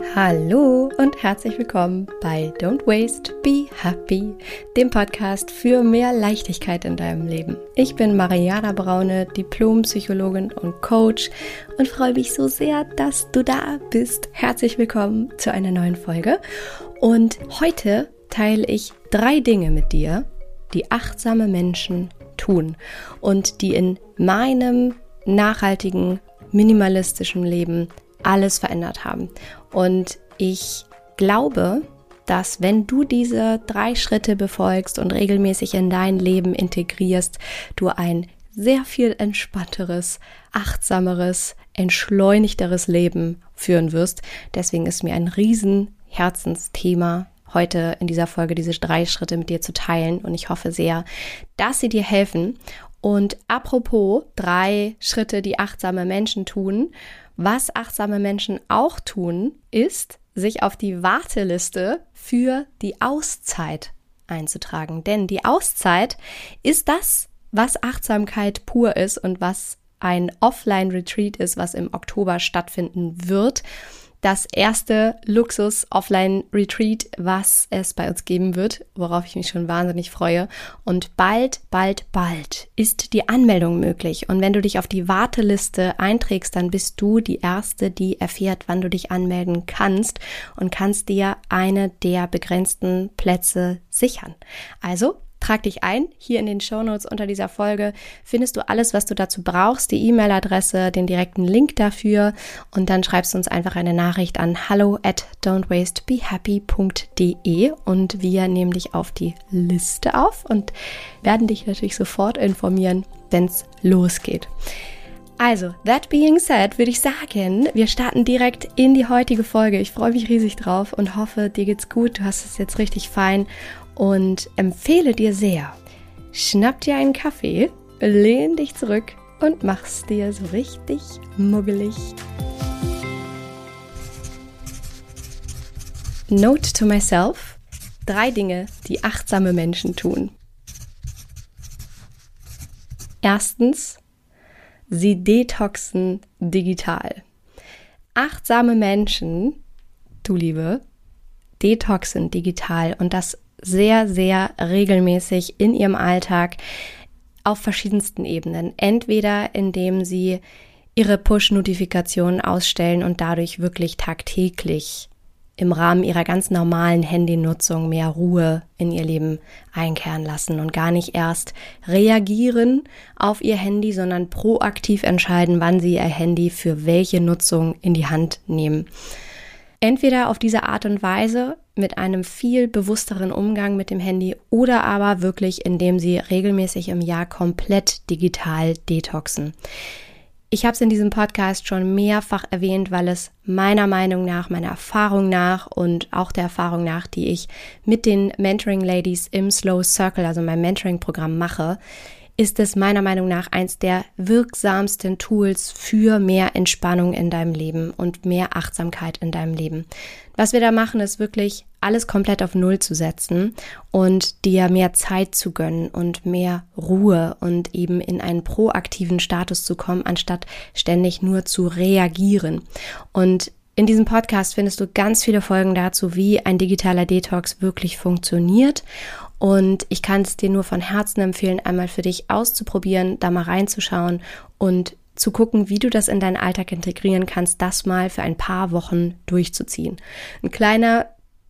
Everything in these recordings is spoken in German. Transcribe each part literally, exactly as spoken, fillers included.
Hallo und herzlich willkommen bei Don't Waste, Be Happy, dem Podcast für mehr Leichtigkeit in deinem Leben. Ich bin Mariana Braune, Diplompsychologin und Coach und freue mich so sehr, dass du da bist. Herzlich willkommen zu einer neuen Folge und heute teile ich drei Dinge mit dir, die achtsame Menschen tun und die in meinem nachhaltigen, minimalistischen Leben alles verändert haben. Und ich glaube, dass wenn du diese drei Schritte befolgst und regelmäßig in dein Leben integrierst, du ein sehr viel entspannteres, achtsameres, entschleunigteres Leben führen wirst. Deswegen ist mir ein riesen Herzensthema, heute in dieser Folge diese drei Schritte mit dir zu teilen. Und ich hoffe sehr, dass sie dir helfen. Und apropos drei Schritte, die achtsame Menschen tun, was achtsame Menschen auch tun, ist, sich auf die Warteliste für die Auszeit einzutragen. Denn die Auszeit ist das, was Achtsamkeit pur ist und was ein Offline-Retreat ist, was im Oktober stattfinden wird. Das erste Luxus-Offline-Retreat, was es bei uns geben wird, worauf ich mich schon wahnsinnig freue. Und bald, bald, bald ist die Anmeldung möglich. Und wenn du dich auf die Warteliste einträgst, dann bist du die Erste, die erfährt, wann du dich anmelden kannst und kannst dir eine der begrenzten Plätze sichern. Also trag dich ein. Hier in den Shownotes unter dieser Folge findest du alles, was du dazu brauchst, die E-Mail-Adresse, den direkten Link dafür und dann schreibst du uns einfach eine Nachricht an hallo at don'twastebehappy punkt de und wir nehmen dich auf die Liste auf und werden dich natürlich sofort informieren, wenn es losgeht. Also, that being said, würde ich sagen, wir starten direkt in die heutige Folge. Ich freue mich riesig drauf und hoffe, dir geht's gut, du hast es jetzt richtig fein und empfehle dir sehr, schnapp dir einen Kaffee, lehn dich zurück und mach's dir so richtig muggelig. Note to myself: drei Dinge, die achtsame Menschen tun. Erstens, sie detoxen digital. Achtsame Menschen, du Liebe, detoxen digital und das sehr, sehr regelmäßig in ihrem Alltag auf verschiedensten Ebenen. Entweder indem sie ihre Push-Notifikationen ausstellen und dadurch wirklich tagtäglich im Rahmen ihrer ganz normalen Handynutzung mehr Ruhe in ihr Leben einkehren lassen und gar nicht erst reagieren auf ihr Handy, sondern proaktiv entscheiden, wann sie ihr Handy für welche Nutzung in die Hand nehmen. Entweder auf diese Art und Weise mit einem viel bewussteren Umgang mit dem Handy oder aber wirklich, indem sie regelmäßig im Jahr komplett digital detoxen. Ich habe es in diesem Podcast schon mehrfach erwähnt, weil es meiner Meinung nach, meiner Erfahrung nach und auch der Erfahrung nach, die ich mit den Mentoring-Ladies im Slow Circle, also meinem Mentoring-Programm mache, ist es meiner Meinung nach eins der wirksamsten Tools für mehr Entspannung in deinem Leben und mehr Achtsamkeit in deinem Leben. Was wir da machen, ist wirklich alles komplett auf Null zu setzen und dir mehr Zeit zu gönnen und mehr Ruhe und eben in einen proaktiven Status zu kommen, anstatt ständig nur zu reagieren. Und in diesem Podcast findest du ganz viele Folgen dazu, wie ein digitaler Detox wirklich funktioniert. Und ich kann es dir nur von Herzen empfehlen, einmal für dich auszuprobieren, da mal reinzuschauen und zu gucken, wie du das in deinen Alltag integrieren kannst, das mal für ein paar Wochen durchzuziehen. Ein kleiner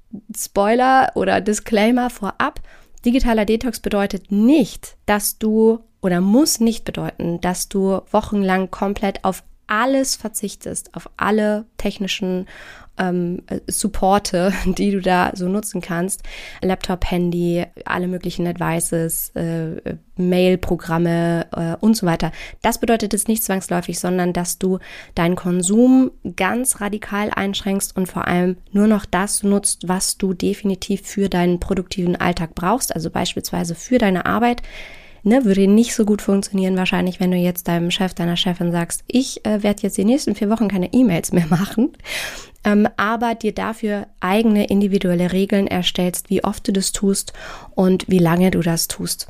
Spoiler oder Disclaimer vorab: Digitaler Detox bedeutet nicht, dass du oder muss nicht bedeuten, dass du wochenlang komplett auf alles verzichtest, auf alle technischen ähm, Supporte, die du da so nutzen kannst. Laptop, Handy, alle möglichen Devices, äh, Mail-Programme äh, und so weiter. Das bedeutet es nicht zwangsläufig, sondern dass du deinen Konsum ganz radikal einschränkst und vor allem nur noch das nutzt, was du definitiv für deinen produktiven Alltag brauchst, also beispielsweise für deine Arbeit. Ne, würde nicht so gut funktionieren wahrscheinlich, wenn du jetzt deinem Chef, deiner Chefin sagst, ich äh, werde jetzt die nächsten vier Wochen keine E-Mails mehr machen, ähm, aber dir dafür eigene individuelle Regeln erstellst, wie oft du das tust und wie lange du das tust.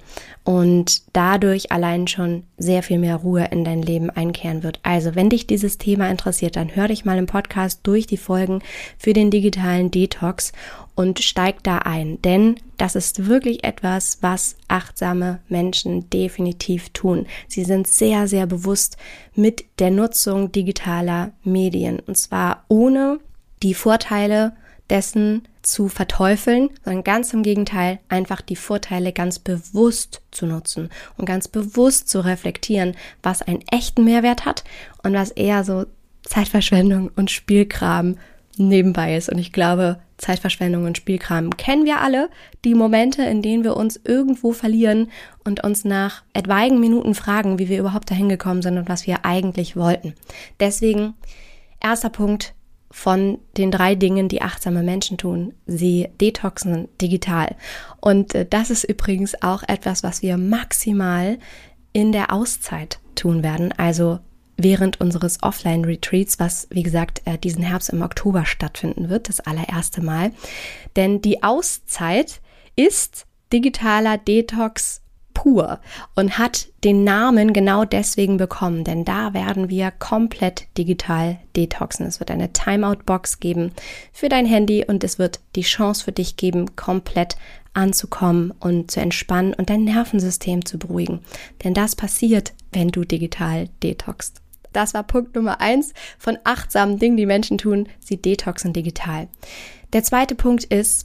Und dadurch allein schon sehr viel mehr Ruhe in dein Leben einkehren wird. Also, wenn dich dieses Thema interessiert, dann hör dich mal im Podcast durch die Folgen für den digitalen Detox und steig da ein, denn das ist wirklich etwas, was achtsame Menschen definitiv tun. Sie sind sehr, sehr bewusst mit der Nutzung digitaler Medien und zwar ohne die Vorteile dessen zu verteufeln, sondern ganz im Gegenteil, einfach die Vorteile ganz bewusst zu nutzen und ganz bewusst zu reflektieren, was einen echten Mehrwert hat und was eher so Zeitverschwendung und Spielkram nebenbei ist. Und ich glaube, Zeitverschwendung und Spielkram kennen wir alle, die Momente, in denen wir uns irgendwo verlieren und uns nach etwaigen Minuten fragen, wie wir überhaupt dahin gekommen sind und was wir eigentlich wollten. Deswegen, erster Punkt von den drei Dingen, die achtsame Menschen tun. Sie detoxen digital. Und äh, das ist übrigens auch etwas, was wir maximal in der Auszeit tun werden, also während unseres Offline-Retreats, was, wie gesagt, äh, diesen Herbst im Oktober stattfinden wird, das allererste Mal. Denn die Auszeit ist digitaler Detox pur und hat den Namen genau deswegen bekommen, denn da werden wir komplett digital detoxen. Es wird eine Timeout-Box geben für dein Handy und es wird die Chance für dich geben, komplett anzukommen und zu entspannen und dein Nervensystem zu beruhigen. Denn das passiert, wenn du digital detoxst. Das war Punkt Nummer eins von achtsamen Dingen, die Menschen tun. Sie detoxen digital. Der zweite Punkt ist,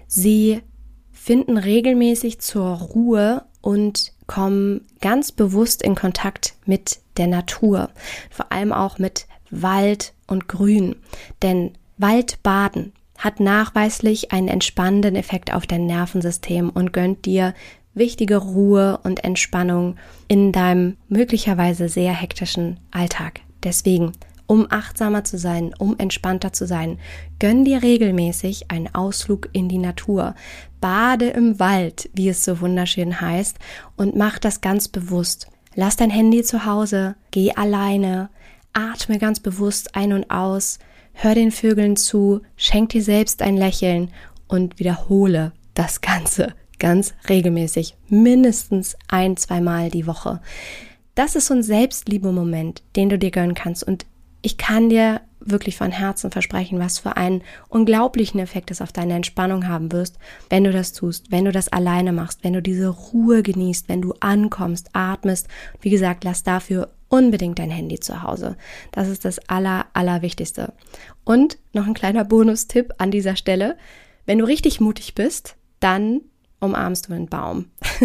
sie finden regelmäßig zur Ruhe und kommen ganz bewusst in Kontakt mit der Natur, vor allem auch mit Wald und Grün. Denn Waldbaden hat nachweislich einen entspannenden Effekt auf dein Nervensystem und gönnt dir wichtige Ruhe und Entspannung in deinem möglicherweise sehr hektischen Alltag. Deswegen, um achtsamer zu sein, um entspannter zu sein, gönn dir regelmäßig einen Ausflug in die Natur. Bade im Wald, wie es so wunderschön heißt, und mach das ganz bewusst. Lass dein Handy zu Hause, geh alleine, atme ganz bewusst ein und aus, hör den Vögeln zu, schenk dir selbst ein Lächeln und wiederhole das Ganze ganz regelmäßig, mindestens ein, zweimal die Woche. Das ist so ein Selbstliebe-Moment, den du dir gönnen kannst und ich kann dir wirklich von Herzen versprechen, was für einen unglaublichen Effekt es auf deine Entspannung haben wirst, wenn du das tust, wenn du das alleine machst, wenn du diese Ruhe genießt, wenn du ankommst, atmest. Wie gesagt, lass dafür unbedingt dein Handy zu Hause. Das ist das aller, allerwichtigste. Und noch ein kleiner Bonustipp an dieser Stelle. Wenn du richtig mutig bist, dann umarmst du einen Baum.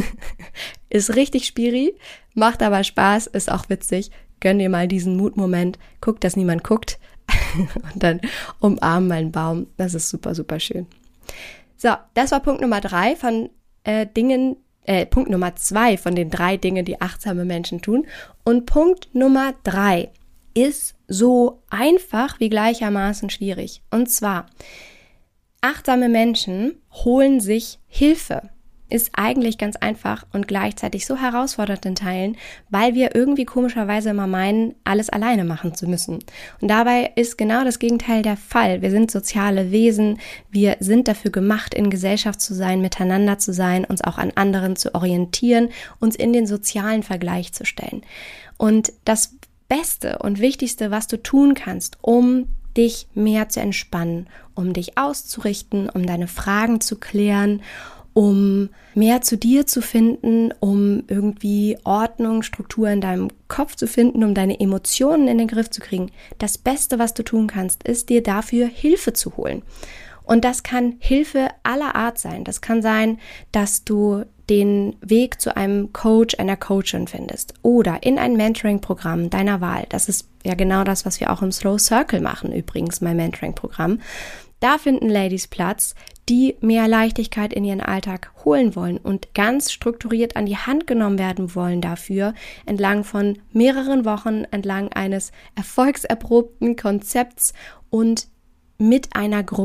Ist richtig spiri, macht aber Spaß, ist auch witzig. Gönn dir mal diesen Mutmoment, guck, dass niemand guckt und dann umarm mal einen Baum. Das ist super, super schön. So, das war Punkt Nummer drei von äh, Dingen, äh, Punkt Nummer zwei von den drei Dingen, die achtsame Menschen tun. Und Punkt Nummer drei ist so einfach wie gleichermaßen schwierig. Und zwar, achtsame Menschen holen sich Hilfe. Ist eigentlich ganz einfach und gleichzeitig so herausfordernd in Teilen, weil wir irgendwie komischerweise immer meinen, alles alleine machen zu müssen. Und dabei ist genau das Gegenteil der Fall. Wir sind soziale Wesen, wir sind dafür gemacht, in Gesellschaft zu sein, miteinander zu sein, uns auch an anderen zu orientieren, uns in den sozialen Vergleich zu stellen. Und das Beste und Wichtigste, was du tun kannst, um dich mehr zu entspannen, um dich auszurichten, um deine Fragen zu klären, um mehr zu dir zu finden, um irgendwie Ordnung, Struktur in deinem Kopf zu finden, um deine Emotionen in den Griff zu kriegen. Das Beste, was du tun kannst, ist dir dafür Hilfe zu holen. Und das kann Hilfe aller Art sein. Das kann sein, dass du den Weg zu einem Coach, einer Coachin findest oder in ein Mentoring-Programm deiner Wahl. Das ist ja genau das, was wir auch im Slow Circle machen, übrigens mein Mentoring-Programm. Da finden Ladies Platz, die mehr Leichtigkeit in ihren Alltag holen wollen und ganz strukturiert an die Hand genommen werden wollen dafür, entlang von mehreren Wochen, entlang eines erfolgserprobten Konzepts und mit einer Gruppe.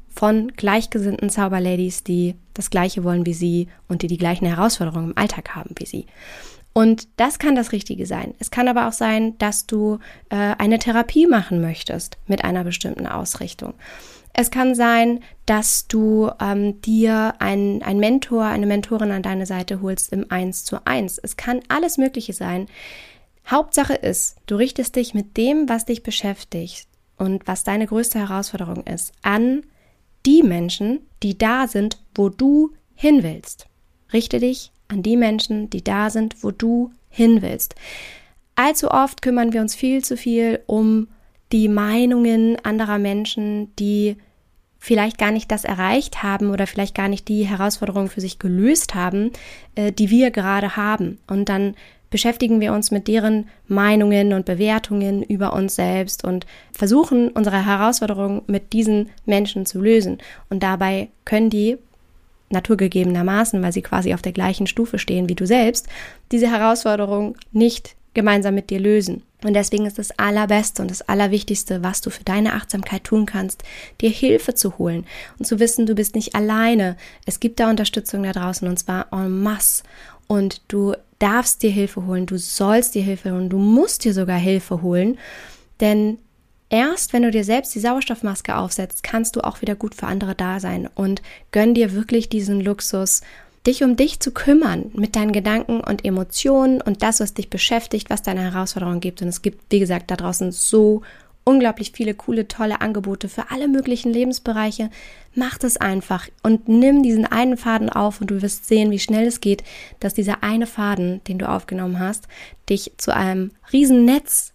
von gleichgesinnten Zauberladies, die das Gleiche wollen wie sie und die die gleichen Herausforderungen im Alltag haben wie sie. Und das kann das Richtige sein. Es kann aber auch sein, dass du äh, eine Therapie machen möchtest mit einer bestimmten Ausrichtung. Es kann sein, dass du ähm, dir einen, einen Mentor, eine Mentorin an deine Seite holst im Eins zu Eins. Es kann alles Mögliche sein. Hauptsache ist, du richtest dich mit dem, was dich beschäftigt und was deine größte Herausforderung ist, an die Menschen, die da sind, wo du hin willst. Richte dich an die Menschen, die da sind, wo du hin willst. Allzu oft kümmern wir uns viel zu viel um die Meinungen anderer Menschen, die vielleicht gar nicht das erreicht haben oder vielleicht gar nicht die Herausforderungen für sich gelöst haben, äh, die wir gerade haben. Und dann beschäftigen wir uns mit deren Meinungen und Bewertungen über uns selbst und versuchen, unsere Herausforderungen mit diesen Menschen zu lösen. Und dabei können die naturgegebenermaßen, weil sie quasi auf der gleichen Stufe stehen wie du selbst, diese Herausforderung nicht gemeinsam mit dir lösen. Und deswegen ist das Allerbeste und das Allerwichtigste, was du für deine Achtsamkeit tun kannst, dir Hilfe zu holen und zu wissen, du bist nicht alleine. Es gibt da Unterstützung da draußen und zwar en masse. Und du darfst dir Hilfe holen, du sollst dir Hilfe holen, du musst dir sogar Hilfe holen, denn erst wenn du dir selbst die Sauerstoffmaske aufsetzt, kannst du auch wieder gut für andere da sein und gönn dir wirklich diesen Luxus, dich um dich zu kümmern mit deinen Gedanken und Emotionen und das, was dich beschäftigt, was deine Herausforderungen gibt. Und es gibt, wie gesagt, da draußen so unglaublich viele coole, tolle Angebote für alle möglichen Lebensbereiche. Mach das einfach und nimm diesen einen Faden auf und du wirst sehen, wie schnell es geht, dass dieser eine Faden, den du aufgenommen hast, dich zu einem riesen Netz,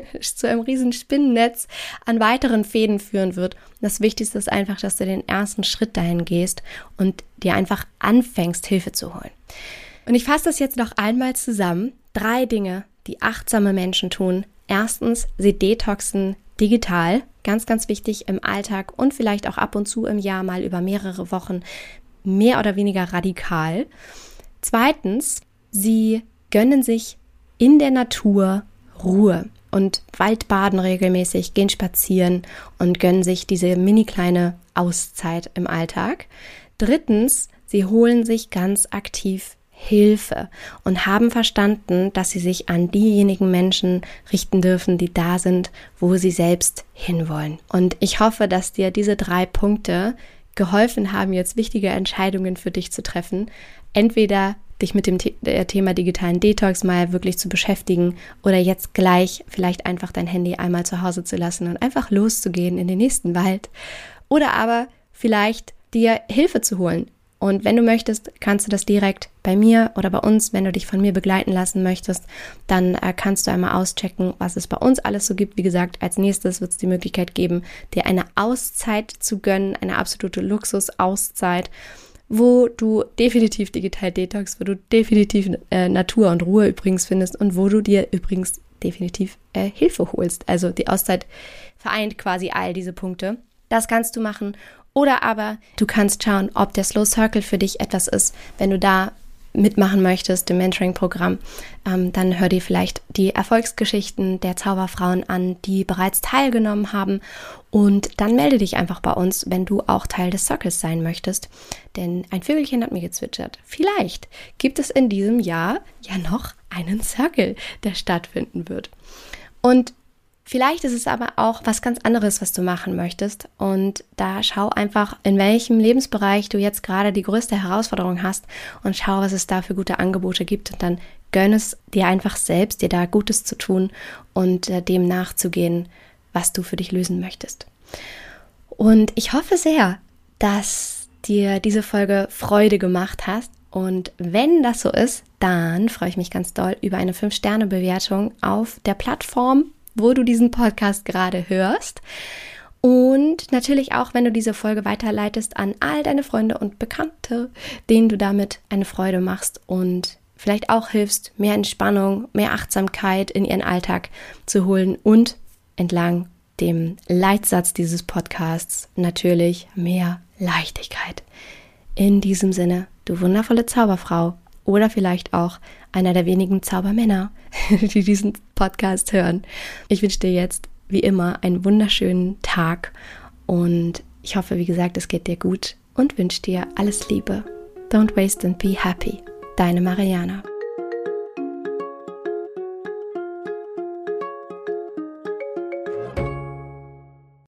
zu einem riesen Spinnennetz an weiteren Fäden führen wird. Das Wichtigste ist einfach, dass du den ersten Schritt dahin gehst und dir einfach anfängst, Hilfe zu holen. Und ich fasse das jetzt noch einmal zusammen. Drei Dinge, die achtsame Menschen tun. Erstens, sie detoxen digital, ganz, ganz wichtig im Alltag und vielleicht auch ab und zu im Jahr mal über mehrere Wochen mehr oder weniger radikal. Zweitens, sie gönnen sich in der Natur Ruhe und Waldbaden regelmäßig, gehen spazieren und gönnen sich diese mini kleine Auszeit im Alltag. Drittens, sie holen sich ganz aktiv Hilfe und haben verstanden, dass sie sich an diejenigen Menschen richten dürfen, die da sind, wo sie selbst hinwollen. Und ich hoffe, dass dir diese drei Punkte geholfen haben, jetzt wichtige Entscheidungen für dich zu treffen. Entweder dich mit dem Thema digitalen Detox mal wirklich zu beschäftigen oder jetzt gleich vielleicht einfach dein Handy einmal zu Hause zu lassen und einfach loszugehen in den nächsten Wald. Oder aber vielleicht dir Hilfe zu holen. Und wenn du möchtest, kannst du das direkt bei mir oder bei uns, wenn du dich von mir begleiten lassen möchtest, dann äh, kannst du einmal auschecken, was es bei uns alles so gibt. Wie gesagt, als nächstes wird es die Möglichkeit geben, dir eine Auszeit zu gönnen, eine absolute Luxus-Auszeit, wo du definitiv digital Detox, wo du definitiv äh, Natur und Ruhe übrigens findest und wo du dir übrigens definitiv äh, Hilfe holst. Also die Auszeit vereint quasi all diese Punkte. Das kannst du machen. Oder aber du kannst schauen, ob der Slow Circle für dich etwas ist. Wenn du da mitmachen möchtest, im Mentoring-Programm, ähm, dann hör dir vielleicht die Erfolgsgeschichten der Zauberfrauen an, die bereits teilgenommen haben. Und dann melde dich einfach bei uns, wenn du auch Teil des Circles sein möchtest. Denn ein Vögelchen hat mir gezwitschert. Vielleicht gibt es in diesem Jahr ja noch einen Circle, der stattfinden wird. Und vielleicht ist es aber auch was ganz anderes, was du machen möchtest. Und da schau einfach, in welchem Lebensbereich du jetzt gerade die größte Herausforderung hast und schau, was es da für gute Angebote gibt. Und dann gönn es dir einfach selbst, dir da Gutes zu tun und äh, dem nachzugehen, was du für dich lösen möchtest. Und ich hoffe sehr, dass dir diese Folge Freude gemacht hat. Und wenn das so ist, dann freue ich mich ganz doll über eine fünf Sterne Bewertung auf der Plattform, wo du diesen Podcast gerade hörst. Und natürlich auch, wenn du diese Folge weiterleitest an all deine Freunde und Bekannte, denen du damit eine Freude machst und vielleicht auch hilfst, mehr Entspannung, mehr Achtsamkeit in ihren Alltag zu holen und entlang dem Leitsatz dieses Podcasts natürlich mehr Leichtigkeit. In diesem Sinne, du wundervolle Zauberfrau oder vielleicht auch einer der wenigen Zaubermänner, die diesen Podcast hören. Ich wünsche dir jetzt, wie immer, einen wunderschönen Tag und Ich hoffe, wie gesagt, es geht dir gut und wünsche dir alles Liebe. Don't waste and be happy. Deine Mariana.